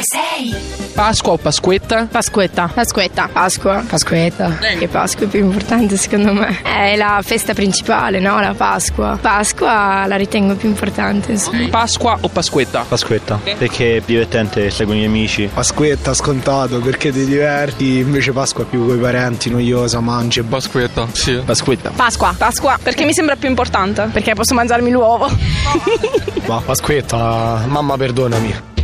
Pasqua o Pasquetta? Pasquetta. Pasquetta. Pasqua. Pasquetta. Che Pasqua è più importante secondo me. È la festa principale, no? La Pasqua. Pasqua la ritengo più importante. Pasqua o Pasquetta? Pasquetta, perché è divertente, stai con gli amici. Pasquetta scontato perché ti diverti, invece Pasqua è più coi parenti, noiosa, mangi. Pasquetta, sì. Pasquetta. Pasqua. Pasqua, perché mi sembra più importante. Perché posso mangiarmi l'uovo. Pasquetta, mamma perdonami.